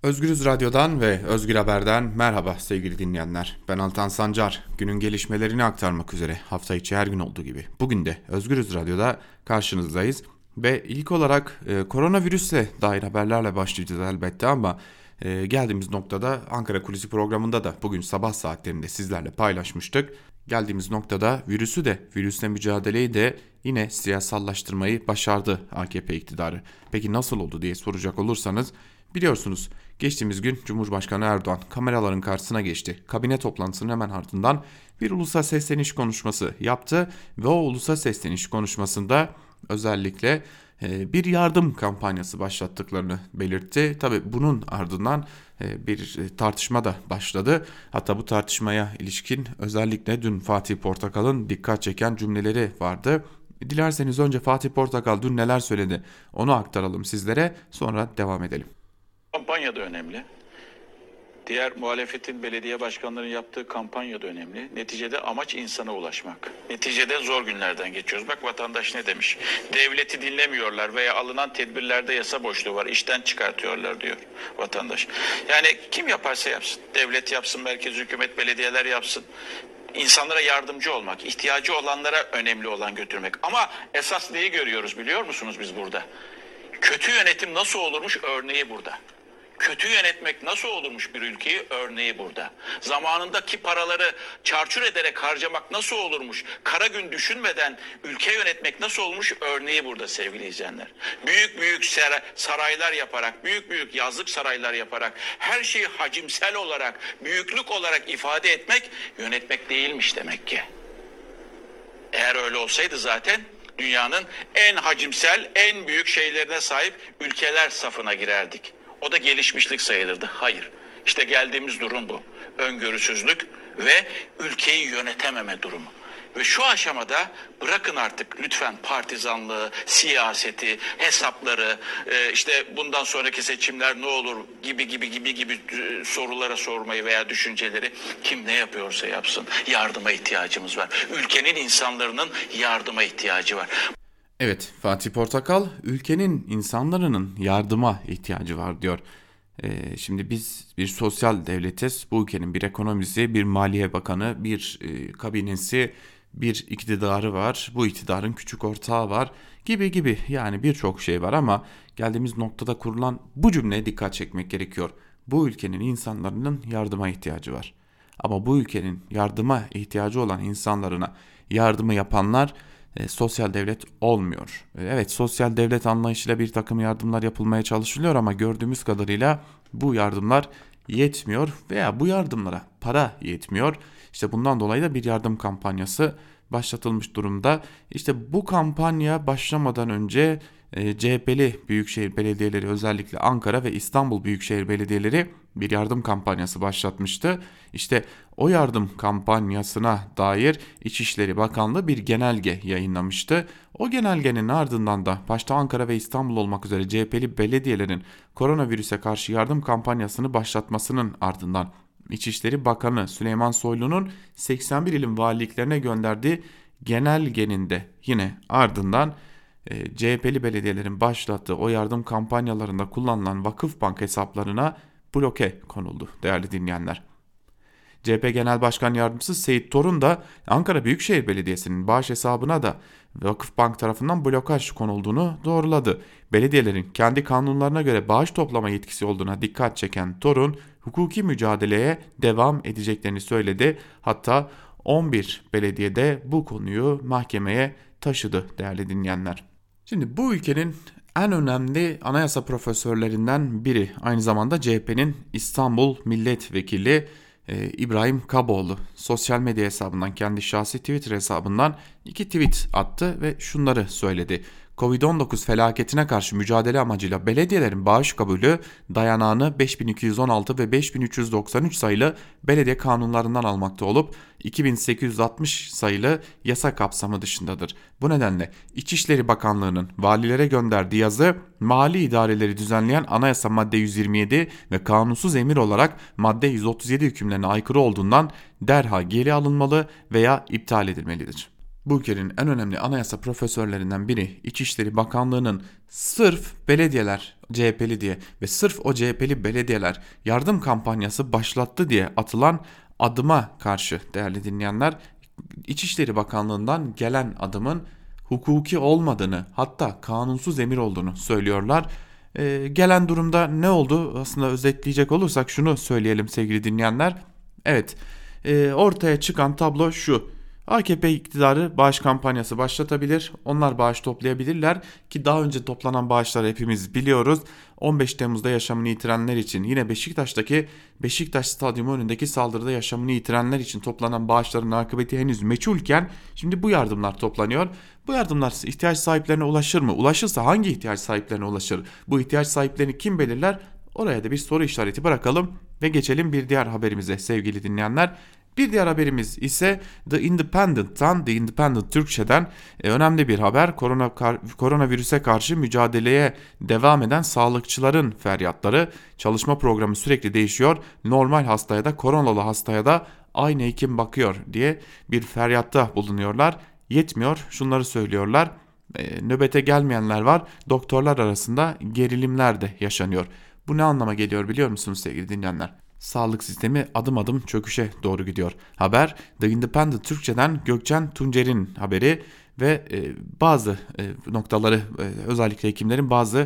Özgürüz Radyo'dan ve Özgür Haber'den merhaba sevgili dinleyenler. Ben Altan Sancar. Günün gelişmelerini aktarmak üzere hafta içi her gün olduğu gibi bugün de Özgürüz Radyo'da karşınızdayız. Ve ilk olarak koronavirüsle dair haberlerle başlayacağız elbette ama geldiğimiz noktada Ankara Kulisi programında da bugün sabah saatlerinde sizlerle paylaşmıştık. Geldiğimiz noktada virüsle mücadeleyi de yine siyasallaştırmayı başardı AKP iktidarı. Peki nasıl oldu diye soracak olursanız biliyorsunuz geçtiğimiz gün Cumhurbaşkanı Erdoğan kameraların karşısına geçti. Kabine toplantısının hemen ardından bir ulusal sesleniş konuşması yaptı ve o ulusal sesleniş konuşmasında özellikle bir yardım kampanyası başlattıklarını belirtti. Tabii bunun ardından bir tartışma da başladı. Hatta bu tartışmaya ilişkin özellikle dün Fatih Portakal'ın dikkat çeken cümleleri vardı. Dilerseniz önce Fatih Portakal dün neler söyledi onu aktaralım sizlere, sonra devam edelim. Kampanya da önemli. Diğer muhalefetin belediye başkanlarının yaptığı kampanya da önemli. Neticede amaç insana ulaşmak. Neticede zor günlerden geçiyoruz. Bak vatandaş ne demiş? Devleti dinlemiyorlar veya alınan tedbirlerde yasa boşluğu var. İşten çıkartıyorlar diyor vatandaş. Yani kim yaparsa yapsın. Devlet yapsın, merkez hükümet, belediyeler yapsın. İnsanlara yardımcı olmak, ihtiyacı olanlara önemli olan götürmek. Ama esas neyi görüyoruz biliyor musunuz biz burada? Kötü yönetim nasıl olurmuş örneği burada. Kötü yönetmek nasıl olurmuş bir ülkeyi örneği burada. Zamanındaki paraları çarçur ederek harcamak nasıl olurmuş? Kara gün düşünmeden ülke yönetmek nasıl olmuş örneği burada sevgili izleyenler. Büyük büyük saraylar yaparak, büyük büyük yazlık saraylar yaparak her şeyi hacimsel olarak, büyüklük olarak ifade etmek yönetmek değilmiş demek ki. Eğer öyle olsaydı zaten dünyanın en hacimsel, en büyük şeylerine sahip ülkeler safına girerdik. O da gelişmişlik sayılırdı. Hayır. İşte geldiğimiz durum bu. Öngörüsüzlük ve ülkeyi yönetememe durumu. Ve şu aşamada bırakın artık lütfen partizanlığı, siyaseti, hesapları, işte bundan sonraki seçimler ne olur gibi sorulara sormayı veya düşünceleri kim ne yapıyorsa yapsın. Yardıma ihtiyacımız var. Ülkenin insanların yardıma ihtiyacı var. Evet, Fatih Portakal ülkenin insanların yardıma ihtiyacı var diyor. Şimdi biz bir sosyal devletiz. Bu ülkenin bir ekonomisi, bir maliye bakanı, bir kabinesi, bir iktidarı var. Bu iktidarın küçük ortağı var gibi yani birçok şey var ama geldiğimiz noktada kurulan bu cümleye dikkat çekmek gerekiyor. Bu ülkenin insanların yardıma ihtiyacı var. Ama bu ülkenin yardıma ihtiyacı olan insanlarına yardımı yapanlar sosyal devlet olmuyor. Evet, sosyal devlet anlayışıyla bir takım yardımlar yapılmaya çalışılıyor ama gördüğümüz kadarıyla bu yardımlar yetmiyor veya bu yardımlara para yetmiyor. İşte bundan dolayı da bir yardım kampanyası başlatılmış durumda. İşte bu kampanya başlamadan önce CHP'li büyükşehir belediyeleri, özellikle Ankara ve İstanbul büyükşehir belediyeleri bir yardım kampanyası başlatmıştı. İşte o yardım kampanyasına dair İçişleri Bakanlığı bir genelge yayınlamıştı. O genelgenin ardından da başta Ankara ve İstanbul olmak üzere CHP'li belediyelerin koronavirüse karşı yardım kampanyasını başlatmasının ardından İçişleri Bakanı Süleyman Soylu'nun 81 ilin valiliklerine gönderdiği genelgenin de yine ardından CHP'li belediyelerin başlattığı o yardım kampanyalarında kullanılan Vakıfbank hesaplarına bloke konuldu değerli dinleyenler. CHP Genel Başkan Yardımcısı Seyit Torun da Ankara Büyükşehir Belediyesi'nin bağış hesabına da Vakıfbank tarafından blokaj konulduğunu doğruladı. Belediyelerin kendi kanunlarına göre bağış toplama yetkisi olduğuna dikkat çeken Torun, hukuki mücadeleye devam edeceklerini söyledi. Hatta 11 belediyede bu konuyu mahkemeye taşıdı değerli dinleyenler. Şimdi bu ülkenin en önemli anayasa profesörlerinden biri, aynı zamanda CHP'nin İstanbul Milletvekili İbrahim Kaboğlu sosyal medya hesabından, kendi şahsi Twitter hesabından 2 tweet attı ve şunları söyledi. Covid-19 felaketine karşı mücadele amacıyla belediyelerin bağış kabulü dayanağını 5216 ve 5393 sayılı belediye kanunlarından almakta olup 2860 sayılı yasa kapsamı dışındadır. Bu nedenle İçişleri Bakanlığı'nın valilere gönderdiği yazı mali idareleri düzenleyen anayasa madde 127 ve kanunsuz emir olarak madde 137 hükümlerine aykırı olduğundan derhal geri alınmalı veya iptal edilmelidir. Bu ülkenin en önemli anayasa profesörlerinden biri İçişleri Bakanlığı'nın sırf belediyeler CHP'li diye ve sırf o CHP'li belediyeler yardım kampanyası başlattı diye atılan adıma karşı değerli dinleyenler, İçişleri Bakanlığı'ndan gelen adımın hukuki olmadığını, hatta kanunsuz emir olduğunu söylüyorlar. Gelen durumda ne oldu? Aslında özetleyecek olursak şunu söyleyelim sevgili dinleyenler. Evet, ortaya çıkan tablo şu: AKP iktidarı bağış kampanyası başlatabilir. Onlar bağış toplayabilirler ki daha önce toplanan bağışları hepimiz biliyoruz. 15 Temmuz'da yaşamını yitirenler için, yine Beşiktaş'taki Beşiktaş Stadyumu önündeki saldırıda yaşamını yitirenler için toplanan bağışların akıbeti henüz meçhulken şimdi bu yardımlar toplanıyor. Bu yardımlar ihtiyaç sahiplerine ulaşır mı? Ulaşırsa hangi ihtiyaç sahiplerine ulaşır? Bu ihtiyaç sahiplerini kim belirler? Oraya da bir soru işareti bırakalım ve geçelim bir diğer haberimize sevgili dinleyenler. Bir diğer haberimiz ise The Independent Türkçe'den önemli bir haber. Koronavirüse karşı mücadeleye devam eden sağlıkçıların feryatları. Çalışma programı sürekli değişiyor. Normal hastaya da koronalı hastaya da aynı hekim bakıyor diye bir feryatta bulunuyorlar. Yetmiyor, şunları söylüyorlar. Nöbete gelmeyenler var. Doktorlar arasında gerilimler de yaşanıyor. Bu ne anlama geliyor biliyor musunuz sevgili dinleyenler? Sağlık sistemi adım adım çöküşe doğru gidiyor. Haber The Independent Türkçe'den Gökçen Tuncer'in haberi ve bazı noktaları, özellikle hekimlerin bazı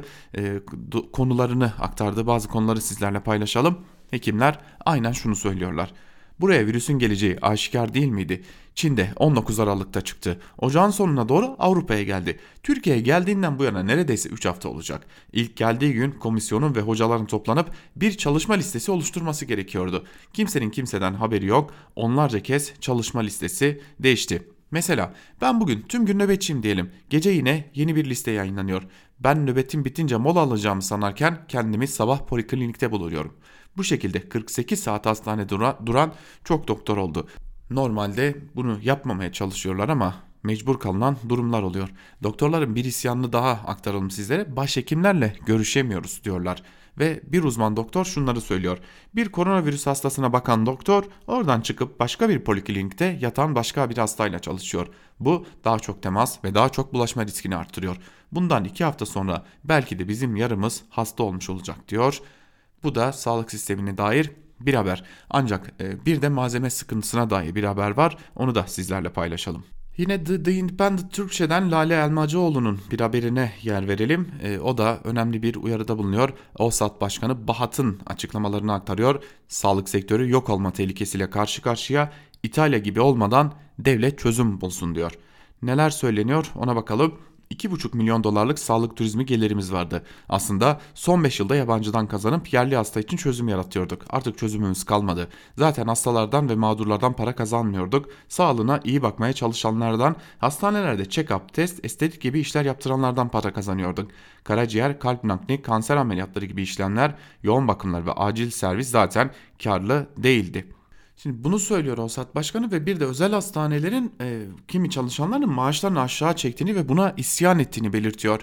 konularını aktardığı bazı konuları sizlerle paylaşalım. Hekimler aynen şunu söylüyorlar: buraya virüsün geleceği aşikar değil miydi? Çin'de 19 Aralık'ta çıktı. Ocağın sonuna doğru Avrupa'ya geldi. Türkiye'ye geldiğinden bu yana neredeyse 3 hafta olacak. İlk geldiği gün komisyonun ve hocaların toplanıp bir çalışma listesi oluşturması gerekiyordu. Kimsenin kimseden haberi yok. Onlarca kez çalışma listesi değişti. Mesela ben bugün tüm gün nöbetçiyim diyelim. Gece yine yeni bir liste yayınlanıyor. Ben nöbetim bitince mola alacağımı sanarken kendimi sabah poliklinikte buluyorum. Bu şekilde 48 saat hastanede duran çok doktor oldu. Normalde bunu yapmamaya çalışıyorlar ama mecbur kalınan durumlar oluyor. Doktorların bir isyanını daha aktaralım sizlere. Başhekimlerle görüşemiyoruz diyorlar. Ve bir uzman doktor şunları söylüyor: bir koronavirüs hastasına bakan doktor oradan çıkıp başka bir poliklinikte yatan başka bir hastayla çalışıyor. Bu daha çok temas ve daha çok bulaşma riskini artırıyor. Bundan 2 hafta sonra belki de bizim yarımız hasta olmuş olacak diyor. Bu da sağlık sistemine dair bir haber. Ancak bir de malzeme sıkıntısına dair bir haber var. Onu da sizlerle paylaşalım. Yine The Independent Türkçe'den Lale Elmacıoğlu'nun bir haberine yer verelim. O da önemli bir uyarıda bulunuyor. OSAD Başkanı Bahat'ın açıklamalarını aktarıyor. Sağlık sektörü yok olma tehlikesiyle karşı karşıya. İtalya gibi olmadan devlet çözüm bulsun diyor. Neler söyleniyor ona bakalım. 2,5 milyon dolarlık sağlık turizmi gelirimiz vardı. Aslında son 5 yılda yabancıdan kazanıp yerli hasta için çözüm yaratıyorduk. Artık çözümümüz kalmadı. Zaten hastalardan ve mağdurlardan para kazanmıyorduk. Sağlığına iyi bakmaya çalışanlardan, hastanelerde check-up, test, estetik gibi işler yaptıranlardan para kazanıyorduk. Karaciğer, kalp nakli, kanser ameliyatları gibi işlemler, yoğun bakımlar ve acil servis zaten karlı değildi. Şimdi bunu söylüyor OSAD Başkanı ve bir de özel hastanelerin kimi çalışanların maaşlarını aşağı çektiğini ve buna isyan ettiğini belirtiyor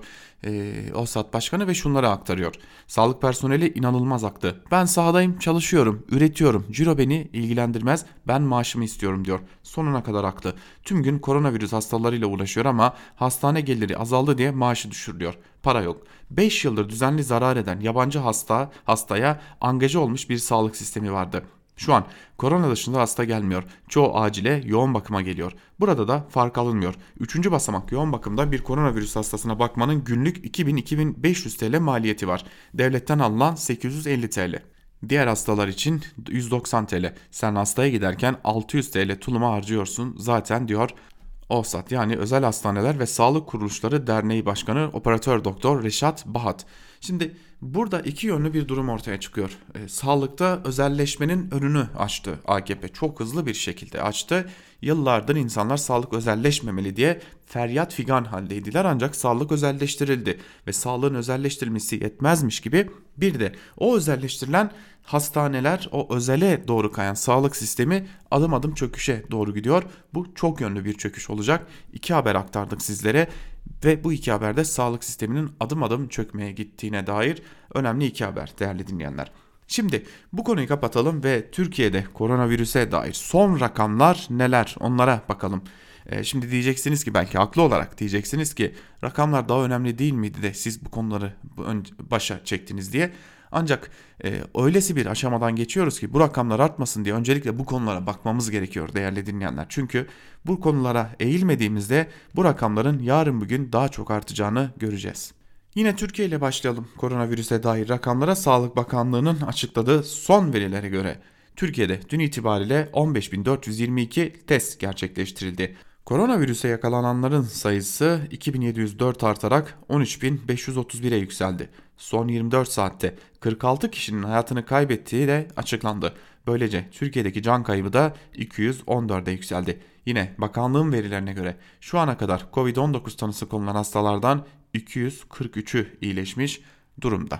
OSAD Başkanı ve şunları aktarıyor. Sağlık personeli inanılmaz haklı. Ben sahadayım, çalışıyorum, üretiyorum. Ciro beni ilgilendirmez. Ben maaşımı istiyorum diyor. Sonuna kadar haklı. Tüm gün koronavirüs hastalarıyla uğraşıyor ama hastane geliri azaldı diye maaşı düşürülüyor. Para yok. 5 yıldır düzenli zarar eden yabancı hastaya angaje olmuş bir sağlık sistemi vardı. Şu an korona dışında hasta gelmiyor. Çoğu acile, yoğun bakıma geliyor. Burada da fark alınmıyor. Üçüncü basamak yoğun bakımda bir koronavirüs hastasına bakmanın günlük 2000-2500 TL maliyeti var. Devletten alınan 850 TL. Diğer hastalar için 190 TL. Sen hastaya giderken 600 TL tuluma harcıyorsun zaten diyor OSAD, yani Özel Hastaneler ve Sağlık Kuruluşları Derneği Başkanı Operatör Doktor Reşat Bahat. Şimdi burada iki yönlü bir durum ortaya çıkıyor. Sağlıkta özelleşmenin önünü açtı AKP. Çok hızlı bir şekilde açtı. Yıllardır insanlar sağlık özelleşmemeli diye feryat figan haldeydiler, ancak sağlık özelleştirildi ve sağlığın özelleştirilmesi yetmezmiş gibi bir de o özelleştirilen hastaneler, o özele doğru kayan sağlık sistemi adım adım çöküşe doğru gidiyor. Bu çok yönlü bir çöküş olacak. İki haber aktardık sizlere ve bu iki haberde sağlık sisteminin adım adım çökmeye gittiğine dair önemli iki haber değerli dinleyenler. Şimdi bu konuyu kapatalım ve Türkiye'de koronavirüse dair son rakamlar neler onlara bakalım. Şimdi diyeceksiniz ki belki haklı olarak diyeceksiniz ki rakamlar daha önemli değil miydi de siz bu konuları başa çektiniz diye. Ancak öylesi bir aşamadan geçiyoruz ki bu rakamlar artmasın diye öncelikle bu konulara bakmamız gerekiyor değerli dinleyenler. Çünkü bu konulara eğilmediğimizde bu rakamların yarın bugün daha çok artacağını göreceğiz. Yine Türkiye ile başlayalım. Koronavirüse dair rakamlara Sağlık Bakanlığı'nın açıkladığı son verilere göre Türkiye'de dün itibariyle 15.422 test gerçekleştirildi. Koronavirüse yakalananların sayısı 2704 artarak 13.531'e yükseldi. Son 24 saatte 46 kişinin hayatını kaybettiği de açıklandı. Böylece Türkiye'deki can kaybı da 214'e yükseldi. Yine bakanlığın verilerine göre şu ana kadar Covid-19 tanısı konulan hastalardan 243'ü iyileşmiş durumda.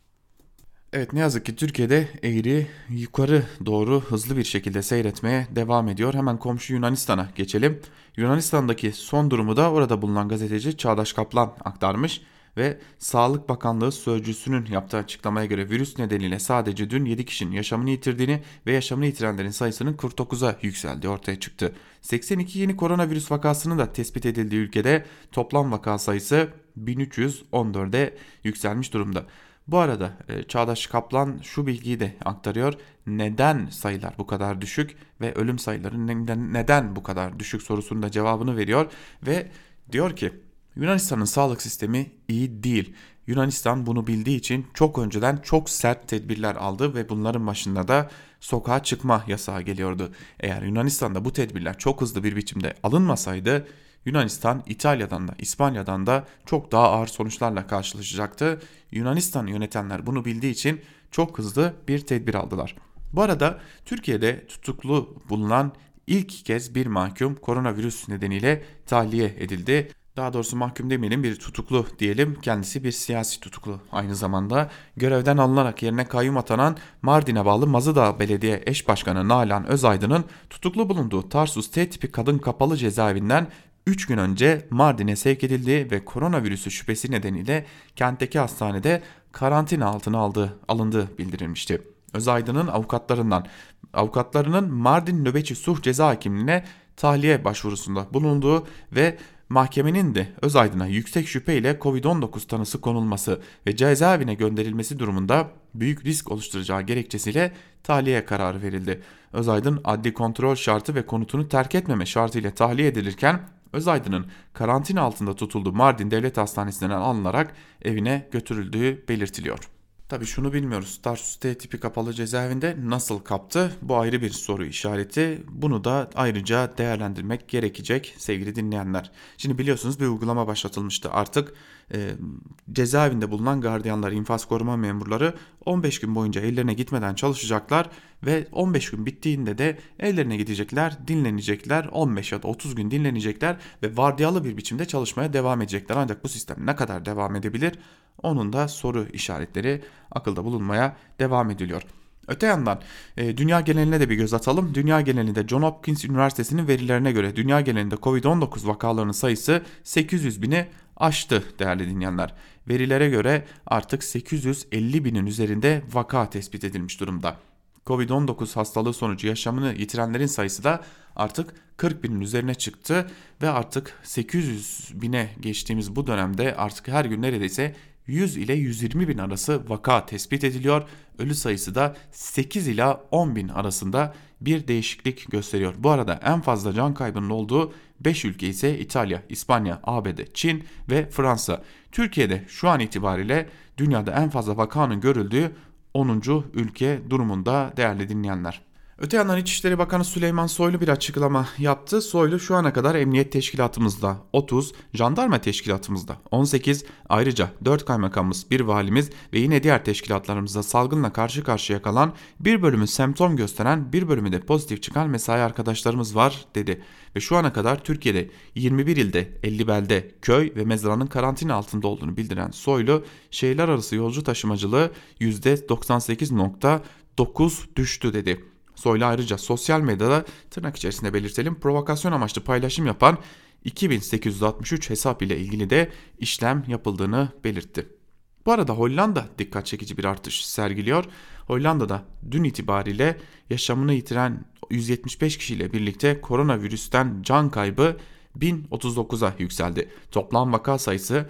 Evet, ne yazık ki Türkiye'de eğri yukarı doğru hızlı bir şekilde seyretmeye devam ediyor. Hemen komşu Yunanistan'a geçelim. Yunanistan'daki son durumu da orada bulunan gazeteci Çağdaş Kaplan aktarmış ve Sağlık Bakanlığı sözcüsünün yaptığı açıklamaya göre virüs nedeniyle sadece dün 7 kişinin yaşamını yitirdiğini ve yaşamını yitirenlerin sayısının 49'a yükseldiği ortaya çıktı. 82 yeni koronavirüs vakasının da tespit edildiği ülkede toplam vaka sayısı 1314'e yükselmiş durumda. Bu arada Çağdaş Kaplan şu bilgiyi de aktarıyor. Neden sayılar bu kadar düşük ve ölüm sayıları neden bu kadar düşük sorusunun da cevabını veriyor ve diyor ki Yunanistan'ın sağlık sistemi iyi değil. Yunanistan bunu bildiği için çok önceden çok sert tedbirler aldı ve bunların başında da sokağa çıkma yasağı geliyordu. Eğer Yunanistan'da bu tedbirler çok hızlı bir biçimde alınmasaydı Yunanistan İtalya'dan da İspanya'dan da çok daha ağır sonuçlarla karşılaşacaktı. Yunanistan yönetenler bunu bildiği için çok hızlı bir tedbir aldılar. Bu arada Türkiye'de tutuklu bulunan ilk kez bir mahkum koronavirüs nedeniyle tahliye edildi. Daha doğrusu mahkum demeyelim, bir tutuklu diyelim. Kendisi bir siyasi tutuklu. Aynı zamanda görevden alınarak yerine kayyum atanan Mardin'e bağlı Mazıdağ Belediye Eş Başkanı Nalan Özaydın'ın tutuklu bulunduğu Tarsus T tipi kadın kapalı cezaevinden 3 gün önce Mardin'e sevk edildiği ve koronavirüsü şüphesi nedeniyle kentteki hastanede karantina altına alındığı bildirilmişti. Özaydın'ın avukatlarının Mardin Nöbetçi Sulh Ceza Hakimliğine tahliye başvurusunda bulunduğu ve mahkemenin de Özaydın'a yüksek şüpheyle Covid-19 tanısı konulması ve cezaevine gönderilmesi durumunda büyük risk oluşturacağı gerekçesiyle tahliye kararı verildi. Özaydın adli kontrol şartı ve konutunu terk etmeme şartıyla tahliye edilirken Özaydın'ın karantina altında tutulduğu Mardin Devlet Hastanesi'nden alınarak evine götürüldüğü belirtiliyor. Tabii şunu bilmiyoruz. Tarsus T tipi kapalı cezaevinde nasıl kaptı? Bu ayrı bir soru işareti. Bunu da ayrıca değerlendirmek gerekecek sevgili dinleyenler. Şimdi biliyorsunuz bir uygulama başlatılmıştı. Artık cezaevinde bulunan gardiyanlar, infaz koruma memurları 15 gün boyunca evlerine gitmeden çalışacaklar ve 15 gün bittiğinde de evlerine gidecekler, dinlenecekler, 15 ya da 30 gün dinlenecekler ve vardiyalı bir biçimde çalışmaya devam edecekler. Ancak bu sistem ne kadar devam edebilir? Onun da soru işaretleri akılda bulunmaya devam ediliyor. Öte yandan dünya geneline de bir göz atalım. Dünya genelinde Johns Hopkins Üniversitesi'nin verilerine göre dünya genelinde Covid-19 vakalarının sayısı 800 bini aştı değerli dinleyenler. Verilere göre artık 850 binin üzerinde vaka tespit edilmiş durumda. Covid-19 hastalığı sonucu yaşamını yitirenlerin sayısı da artık 40 binin üzerine çıktı ve artık 800 bine geçtiğimiz bu dönemde artık her gün neredeyse 100 ile 120 bin arası vaka tespit ediliyor. Ölü sayısı da 8 ila 10 bin arasında bir değişiklik gösteriyor. Bu arada en fazla can kaybının olduğu 5 ülke ise İtalya, İspanya, ABD, Çin ve Fransa. Türkiye'de şu an itibariyle dünyada en fazla vakanın görüldüğü 10. ülke durumunda değerli dinleyenler. Öte yandan İçişleri Bakanı Süleyman Soylu bir açıklama yaptı. Soylu şu ana kadar emniyet teşkilatımızda 30, jandarma teşkilatımızda 18, ayrıca 4 kaymakamımız, 1 valimiz ve yine diğer teşkilatlarımızda salgınla karşı karşıya kalan, bir bölümü semptom gösteren, bir bölümü de pozitif çıkan mesai arkadaşlarımız var dedi. Ve şu ana kadar Türkiye'de 21 ilde 50 belde, köy ve mezranın karantina altında olduğunu bildiren Soylu, şehirler arası yolcu taşımacılığı %98,9 düştü dedi. Soylu ayrıca sosyal medyada tırnak içerisinde belirtelim provokasyon amaçlı paylaşım yapan 2863 hesap ile ilgili de işlem yapıldığını belirtti. Bu arada Hollanda dikkat çekici bir artış sergiliyor. Hollanda'da dün itibariyle yaşamını yitiren 175 kişiyle birlikte koronavirüsten can kaybı 1039'a yükseldi. Toplam vaka sayısı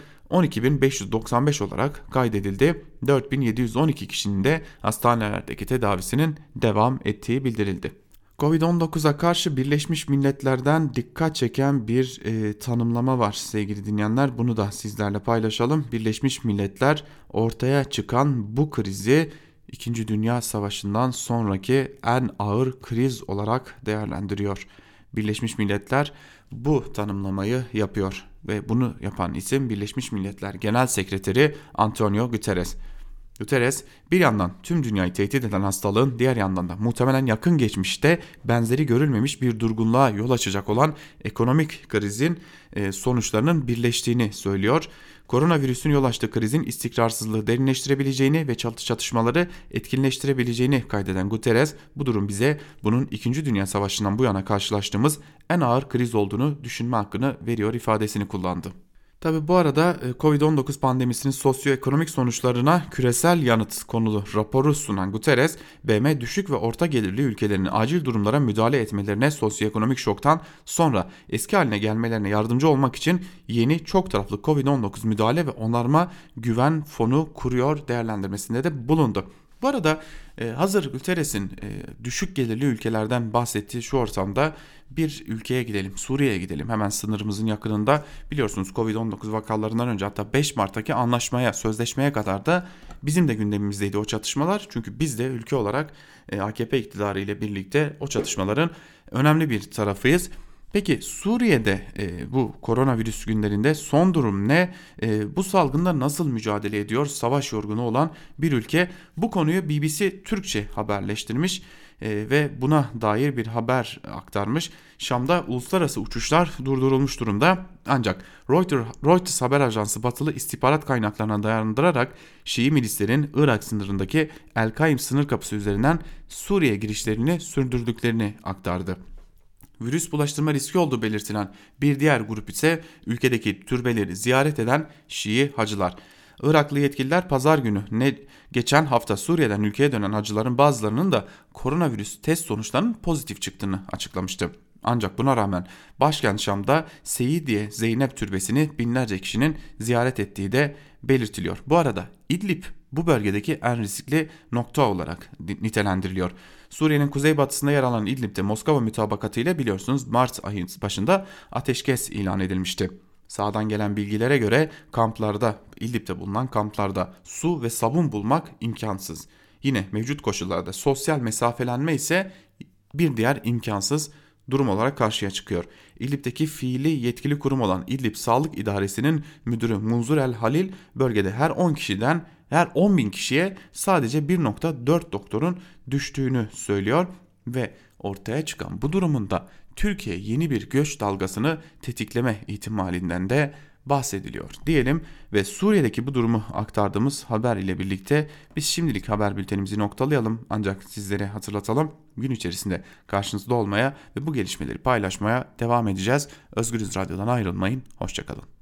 12.595 olarak kaydedildi. 4.712 kişinin de hastanelerdeki tedavisinin devam ettiği bildirildi. Covid-19'a karşı Birleşmiş Milletler'den dikkat çeken bir tanımlama var sevgili dinleyenler. Bunu da sizlerle paylaşalım. Birleşmiş Milletler ortaya çıkan bu krizi İkinci Dünya Savaşı'ndan sonraki en ağır kriz olarak değerlendiriyor. Birleşmiş Milletler bu tanımlamayı yapıyor ve bunu yapan isim Birleşmiş Milletler Genel Sekreteri Antonio Guterres. Guterres bir yandan tüm dünyayı tehdit eden hastalığın, diğer yandan da muhtemelen yakın geçmişte benzeri görülmemiş bir durgunluğa yol açacak olan ekonomik krizin sonuçlarının birleştiğini söylüyor. Koronavirüsün yol açtığı krizin istikrarsızlığı derinleştirebileceğini ve çatışmaları etkinleştirebileceğini kaydeden Guterres, bu durum bize bunun 2. Dünya Savaşı'ndan bu yana karşılaştığımız en ağır kriz olduğunu düşünme hakkını veriyor ifadesini kullandı. Tabi bu arada Covid-19 pandemisinin sosyoekonomik sonuçlarına küresel yanıt konulu raporu sunan Guterres, BM düşük ve orta gelirli ülkelerin acil durumlara müdahale etmelerine, sosyoekonomik şoktan sonra eski haline gelmelerine yardımcı olmak için yeni çok taraflı Covid-19 müdahale ve onarma güven fonu kuruyor değerlendirmesinde de bulundu. Bu arada hazır Guterres'in düşük gelirli ülkelerden bahsettiği şu ortamda bir ülkeye gidelim, Suriye'ye gidelim. Hemen sınırımızın yakınında, biliyorsunuz Covid-19 vakalarından önce, hatta 5 Mart'taki anlaşmaya, sözleşmeye kadar da bizim de gündemimizdeydi o çatışmalar. Çünkü biz de ülke olarak AKP iktidarı ile birlikte o çatışmaların önemli bir tarafıyız. Peki Suriye'de bu koronavirüs günlerinde son durum ne? Bu salgında nasıl mücadele ediyor savaş yorgunu olan bir ülke? Bu konuyu BBC Türkçe haberleştirmiş ve buna dair bir haber aktarmış. Şam'da uluslararası uçuşlar durdurulmuş durumda. Ancak Reuters haber ajansı batılı istihbarat kaynaklarına dayandırarak Şii milislerin Irak sınırındaki El-Kaim sınır kapısı üzerinden Suriye girişlerini sürdürdüklerini aktardı. Virüs bulaştırma riski olduğu belirtilen bir diğer grup ise ülkedeki türbeleri ziyaret eden Şii hacılar. Iraklı yetkililer pazar günü geçen hafta Suriye'den ülkeye dönen hacıların bazılarının da koronavirüs test sonuçlarının pozitif çıktığını açıklamıştı. Ancak buna rağmen başkent Şam'da Seyyidiye Zeynep Türbesi'ni binlerce kişinin ziyaret ettiği de belirtiliyor. Bu arada İdlib bu bölgedeki en riskli nokta olarak nitelendiriliyor. Suriye'nin kuzeybatısında yer alan İdlib'de Moskova mütabakatı ile biliyorsunuz Mart ayı başında ateşkes ilan edilmişti. Sağdan gelen bilgilere göre kamplarda, İdlib'de bulunan kamplarda su ve sabun bulmak imkansız. Yine mevcut koşullarda sosyal mesafelenme ise bir diğer imkansız durum olarak karşıya çıkıyor. İdlib'deki fiili yetkili kurum olan İdlib Sağlık İdaresi'nin müdürü Munzur El Halil, bölgede her 10 kişiden her 10 bin kişiye sadece 1,4 doktorun düştüğünü söylüyor ve ortaya çıkan bu durumun da Türkiye yeni bir göç dalgasını tetikleme ihtimalinden de bahsediliyor diyelim ve Suriye'deki bu durumu aktardığımız haber ile birlikte biz şimdilik haber bültenimizi noktalayalım, ancak sizlere hatırlatalım, gün içerisinde karşınızda olmaya ve bu gelişmeleri paylaşmaya devam edeceğiz. Özgürüz Radyo'dan ayrılmayın, hoşçakalın.